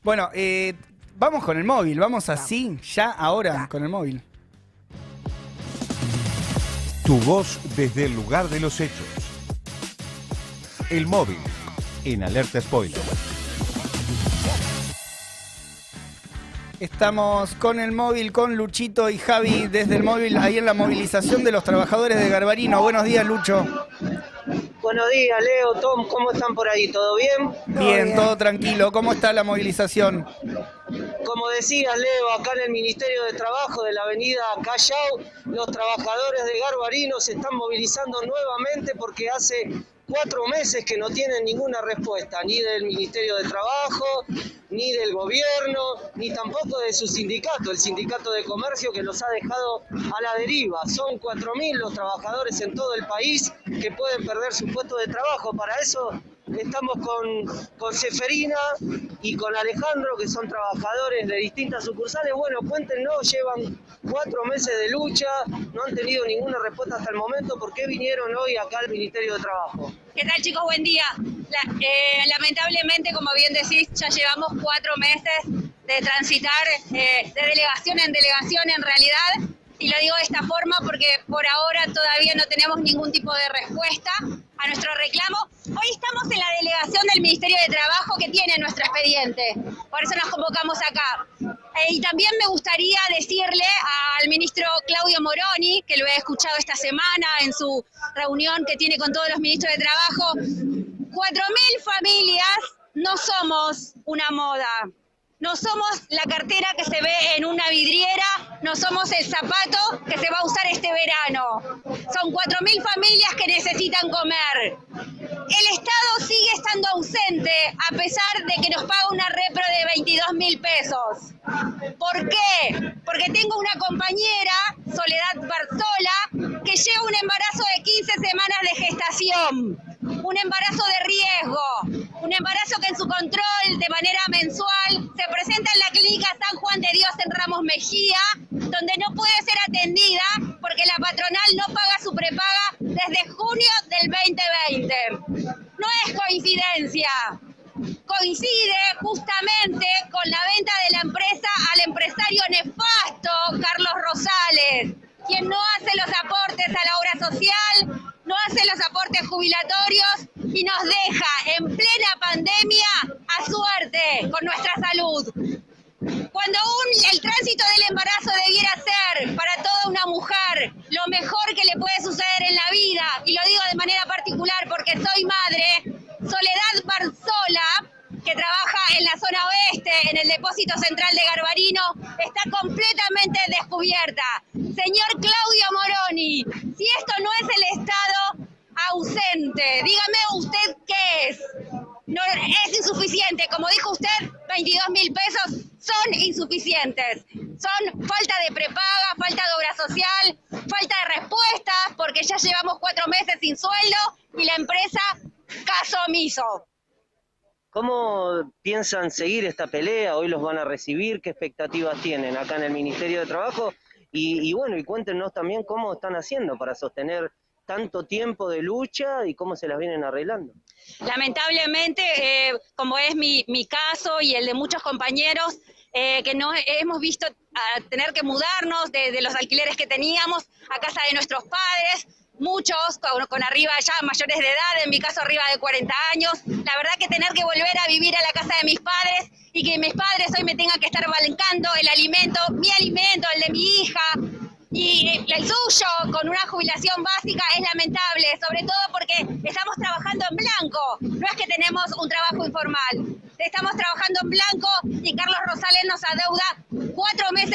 Bueno, vamos con el móvil, vamos así, ya ahora con el móvil. Tu voz desde el lugar de los hechos. El móvil, en Alerta Spoiler. Estamos con el móvil, con Luchito y Javi desde el móvil, ahí en la movilización de los trabajadores de Garbarino. Buenos días, Lucho. Buenos días, Leo, Tom, ¿cómo están por ahí? ¿Todo bien? Bien, todo tranquilo. ¿Cómo está la movilización? Como decías, Leo, acá en el Ministerio de Trabajo de la avenida Callao, los trabajadores de Garbarino se están movilizando nuevamente porque hace 4 meses que no tienen ninguna respuesta, ni del Ministerio de Trabajo, ni del gobierno, ni tampoco de su sindicato, el Sindicato de Comercio, que los ha dejado a la deriva. Son 4.000 los trabajadores en todo el país que pueden perder su puesto de trabajo. Para eso estamos con Seferina y con Alejandro, que son trabajadores de distintas sucursales. Bueno, cuéntenos, llevan 4 meses de lucha, no han tenido ninguna respuesta hasta el momento. ¿Por qué vinieron hoy acá al Ministerio de Trabajo? ¿Qué tal, chicos? Buen día. Lamentablemente, como bien decís, ya llevamos 4 meses de transitar de delegación en delegación en realidad. Y lo digo de esta forma porque por ahora todavía no tenemos ningún tipo de respuesta a nuestro reclamo. Hoy estamos en la delegación del Ministerio de Trabajo que tiene nuestro expediente. Por eso nos convocamos acá. Y también me gustaría decirle al ministro Claudio Moroni, que lo he escuchado esta semana en su reunión que tiene con todos los ministros de Trabajo, 4.000 familias no somos una moda. No somos la cartera que se ve en una vidriera, no somos el zapato que se va a usar este verano. Son 4.000 familias que necesitan comer. El Estado sigue estando ausente a pesar de que nos paga una repro de 22.000 pesos. ¿Por qué? Porque tengo una compañera, Soledad Barzola, que lleva un embarazo de 15 semanas de gestación. Un embarazo de riesgo, un embarazo que en su control de manera mensual se presenta en la clínica San Juan de Dios en Ramos Mejía, donde no puede ser atendida porque la patronal no paga su prepaga desde junio del 2020. No es coincidencia, coincide justamente con la venta de la empresa al empresario nefasto Carlos Rosales, quien no hace los aportes a la obra social, no hace los aportes jubilatorios y nos deja en plena pandemia a suerte con nuestra salud. Cuando el tránsito del embarazo debiera ser para toda una mujer lo mejor que le puede suceder en la vida, y lo digo de manera particular porque soy madre, Soledad Barzola, que trabaja en la zona oeste, en el depósito central de Garbarino, está completamente descubierta. Señor Claudio Moroni, si esto no es el Estado ausente, dígame usted qué es. No, es insuficiente, como dijo usted, 22.000 pesos son insuficientes. Son falta de prepaga, falta de obra social, falta de respuestas, porque ya llevamos 4 meses sin sueldo y la empresa caso omiso. ¿Cómo piensan seguir esta pelea? ¿Hoy los van a recibir? ¿Qué expectativas tienen acá en el Ministerio de Trabajo? Y bueno, y cuéntenos también cómo están haciendo para sostener tanto tiempo de lucha y cómo se las vienen arreglando. Lamentablemente, como es mi caso y el de muchos compañeros, que no hemos visto a tener que mudarnos de los alquileres que teníamos a casa de nuestros padres, muchos con arriba ya mayores de edad, en mi caso arriba de 40 años. La verdad que tener que volver a vivir a la casa de mis padres y que mis padres hoy me tengan que estar bancando el alimento, mi alimento, el de mi hija y el suyo con una jubilación básica es lamentable, sobre todo porque estamos trabajando en blanco, no es que tenemos un trabajo informal. Estamos trabajando en blanco y Carlos Rosales nos adeuda 4 meses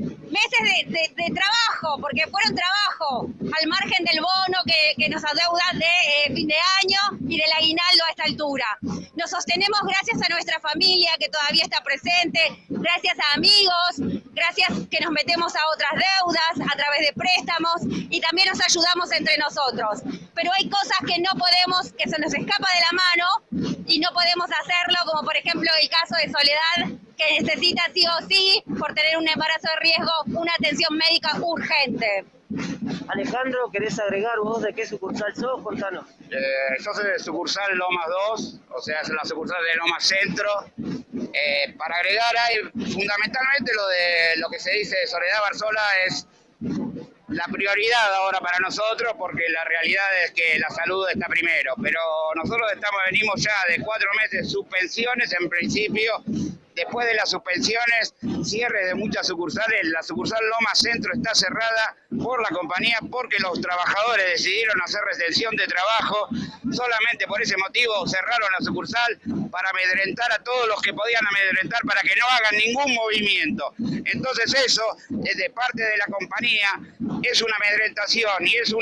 de trabajo, porque fueron trabajo, al margen del bono que nos adeuda de fin de año y del aguinaldo a esta altura. Nos sostenemos gracias a nuestra familia que todavía está presente, gracias a amigos, gracias que nos metemos a otras deudas a través de préstamos y también nos ayudamos entre nosotros. Pero hay cosas que no podemos, que se nos escapa de la mano y no podemos hacerlo, como por ejemplo el caso de Soledad, que necesita sí o sí, por tener un embarazo de riesgo, una atención médica urgente. Alejandro, ¿querés agregar vos de qué sucursal sos? Contanos. Yo soy de sucursal Lomas 2, o sea, es la sucursal de Lomas Centro. Para agregar hay fundamentalmente lo que se dice de Soledad Barzola es la prioridad ahora para nosotros, porque la realidad es que la salud está primero, pero nosotros venimos ya de 4 meses suspensiones en principio. Después de las suspensiones, cierre de muchas sucursales, la sucursal Loma Centro está cerrada por la compañía porque los trabajadores decidieron hacer retención de trabajo. Solamente por ese motivo cerraron la sucursal para amedrentar a todos los que podían amedrentar para que no hagan ningún movimiento. Entonces eso, desde parte de la compañía, es una amedrentación y es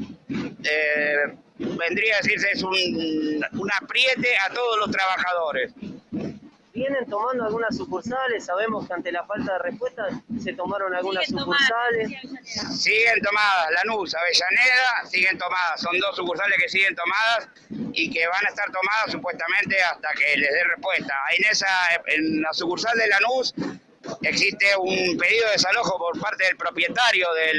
vendría a decirse, es un apriete a todos los trabajadores. ¿Vienen tomando algunas sucursales? Sabemos que ante la falta de respuesta se tomaron algunas sucursales. Siguen tomadas, Lanús, Avellaneda, siguen tomadas. Son 2 sucursales que siguen tomadas y que van a estar tomadas supuestamente hasta que les dé respuesta. En la sucursal de Lanús existe un pedido de desalojo por parte del propietario de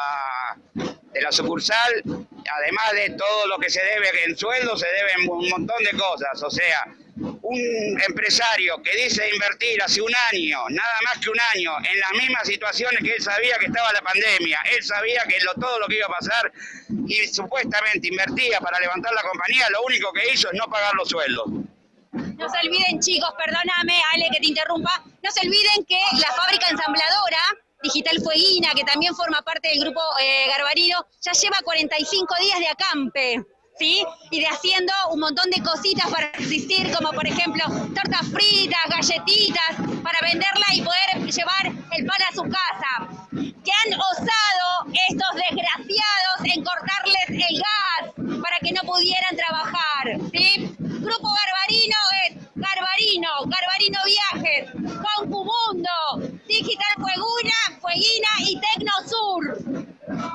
la sucursal. Además de todo lo que se debe en sueldo, se deben un montón de cosas. O sea, un empresario que dice invertir hace un año, nada más que un año, en las mismas situaciones que él sabía que estaba la pandemia, él sabía que todo lo que iba a pasar y supuestamente invertía para levantar la compañía, lo único que hizo es no pagar los sueldos. No se olviden, chicos, perdóname, Ale, que te interrumpa, no se olviden que la fábrica ensambladora Digital Fueguina, que también forma parte del grupo Garbarino, ya lleva 45 días de acampe, ¿sí? Y de haciendo un montón de cositas para existir, como por ejemplo tortas fritas, galletitas, para venderla y poder llevar el pan a su casa. Que han osado estos desgraciados en cortarles el gas para que no pudieran trabajar, ¿sí? Grupo Garbarino es Garbarino Viajes, Concumundo, Digital Fueguina y Tecnosur.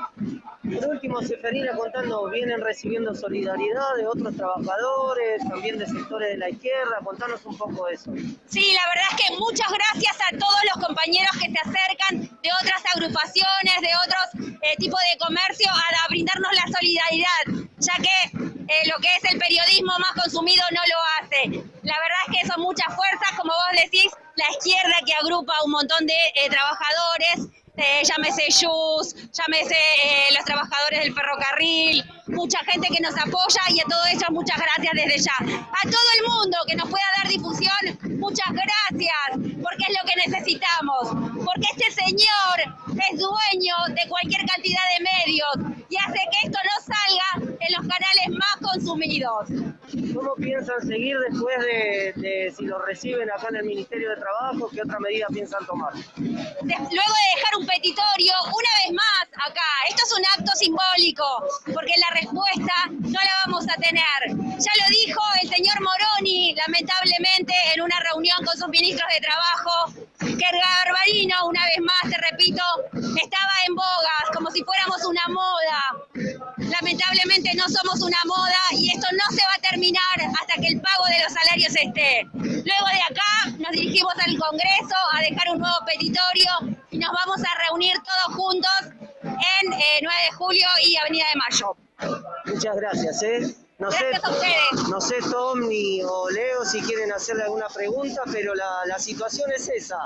Por último, Seferina, contando, vienen recibiendo solidaridad de otros trabajadores, también de sectores de la izquierda, contanos un poco de eso. Sí, la verdad es que muchas gracias a todos los compañeros que se acercan de otras agrupaciones, de otros tipos de comercio, a brindarnos la solidaridad, ya que lo que es el periodismo más consumido no lo hace. La verdad es que son muchas fuerzas, como vos decís, la izquierda que agrupa un montón de trabajadores, llámese Yus, llámese los trabajadores del ferrocarril, mucha gente que nos apoya y a todo eso muchas gracias desde ya. A todo el mundo que nos pueda dar difusión, muchas gracias, porque es lo que necesitamos, porque este señor es dueño de cualquier cantidad de medios y hace que esto no salga en los canales más consumidos. ¿Cómo piensan seguir después de si lo reciben acá en el Ministerio de Trabajo? ¿Qué otra medida piensan tomar? Luego de dejar un petitorio, una vez más acá, esto es un acto simbólico, porque la respuesta no la vamos a tener. Ya lo dijo el señor Moroni, lamentablemente, en una reunión con sus ministros de Trabajo, que el Garbarino, una vez más, te repito, estaba en bogas, como si fuéramos una moda. Lamentablemente no somos una moda y esto no se va a terminar hasta que el pago de los salarios esté. Luego de acá nos dirigimos al Congreso a dejar un nuevo petitorio y nos vamos a reunir todos juntos en 9 de julio y Avenida de Mayo. Muchas gracias, Gracias a ustedes. No sé, Tom o Leo, si quieren hacerle alguna pregunta, pero la situación es esa.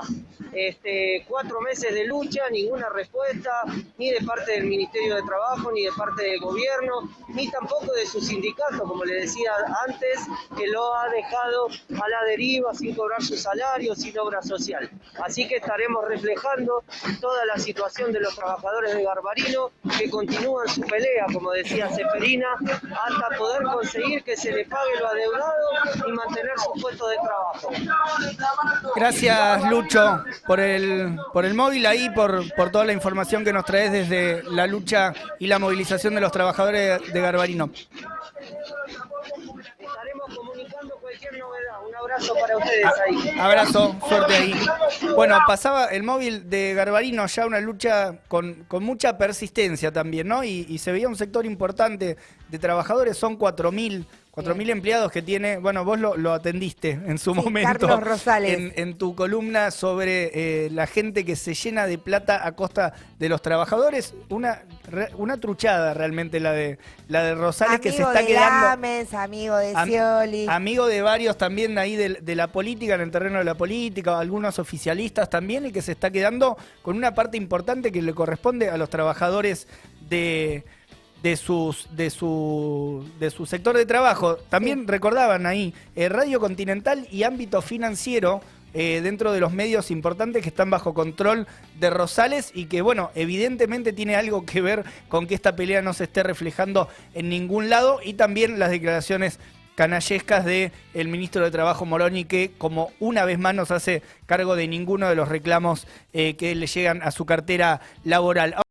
4 meses de lucha, ninguna respuesta, ni de parte del Ministerio de Trabajo, ni de parte del gobierno, ni tampoco de su sindicato, como le decía antes, que lo ha dejado a la deriva sin cobrar su salario, sin obra social. Así que estaremos reflejando toda la situación de los trabajadores de Garbarino, que continúan su pelea, como decía Seferina, hasta poder conseguir que se le pague lo adeudado y mantener su puesto de trabajo. Gracias, Lucho, por el móvil ahí, por toda la información que nos traes desde la lucha y la movilización de los trabajadores de Garbarino. Estaremos comunicando cualquier novedad. Un abrazo para ustedes ahí. Abrazo, suerte ahí. Bueno, pasaba el móvil de Garbarino, ya una lucha con mucha persistencia también, ¿no? Y se veía un sector importante de trabajadores, son 4.000 4.000 empleados que tiene, bueno, vos lo atendiste en su momento. Carlos Rosales. En tu columna sobre la gente que se llena de plata a costa de los trabajadores. Una truchada realmente la de Rosales, amigo que se está de quedando... Gámez, amigo de Scioli. Amigo de varios también ahí de la política, en el terreno de la política, algunos oficialistas también, y que se está quedando con una parte importante que le corresponde a los trabajadores de su sector de trabajo. También recordaban ahí Radio Continental y ámbito financiero dentro de los medios importantes que están bajo control de Rosales y que, bueno, evidentemente tiene algo que ver con que esta pelea no se esté reflejando en ningún lado, y también las declaraciones canallescas del ministro de Trabajo Moroni, que como una vez más no se hace cargo de ninguno de los reclamos que le llegan a su cartera laboral.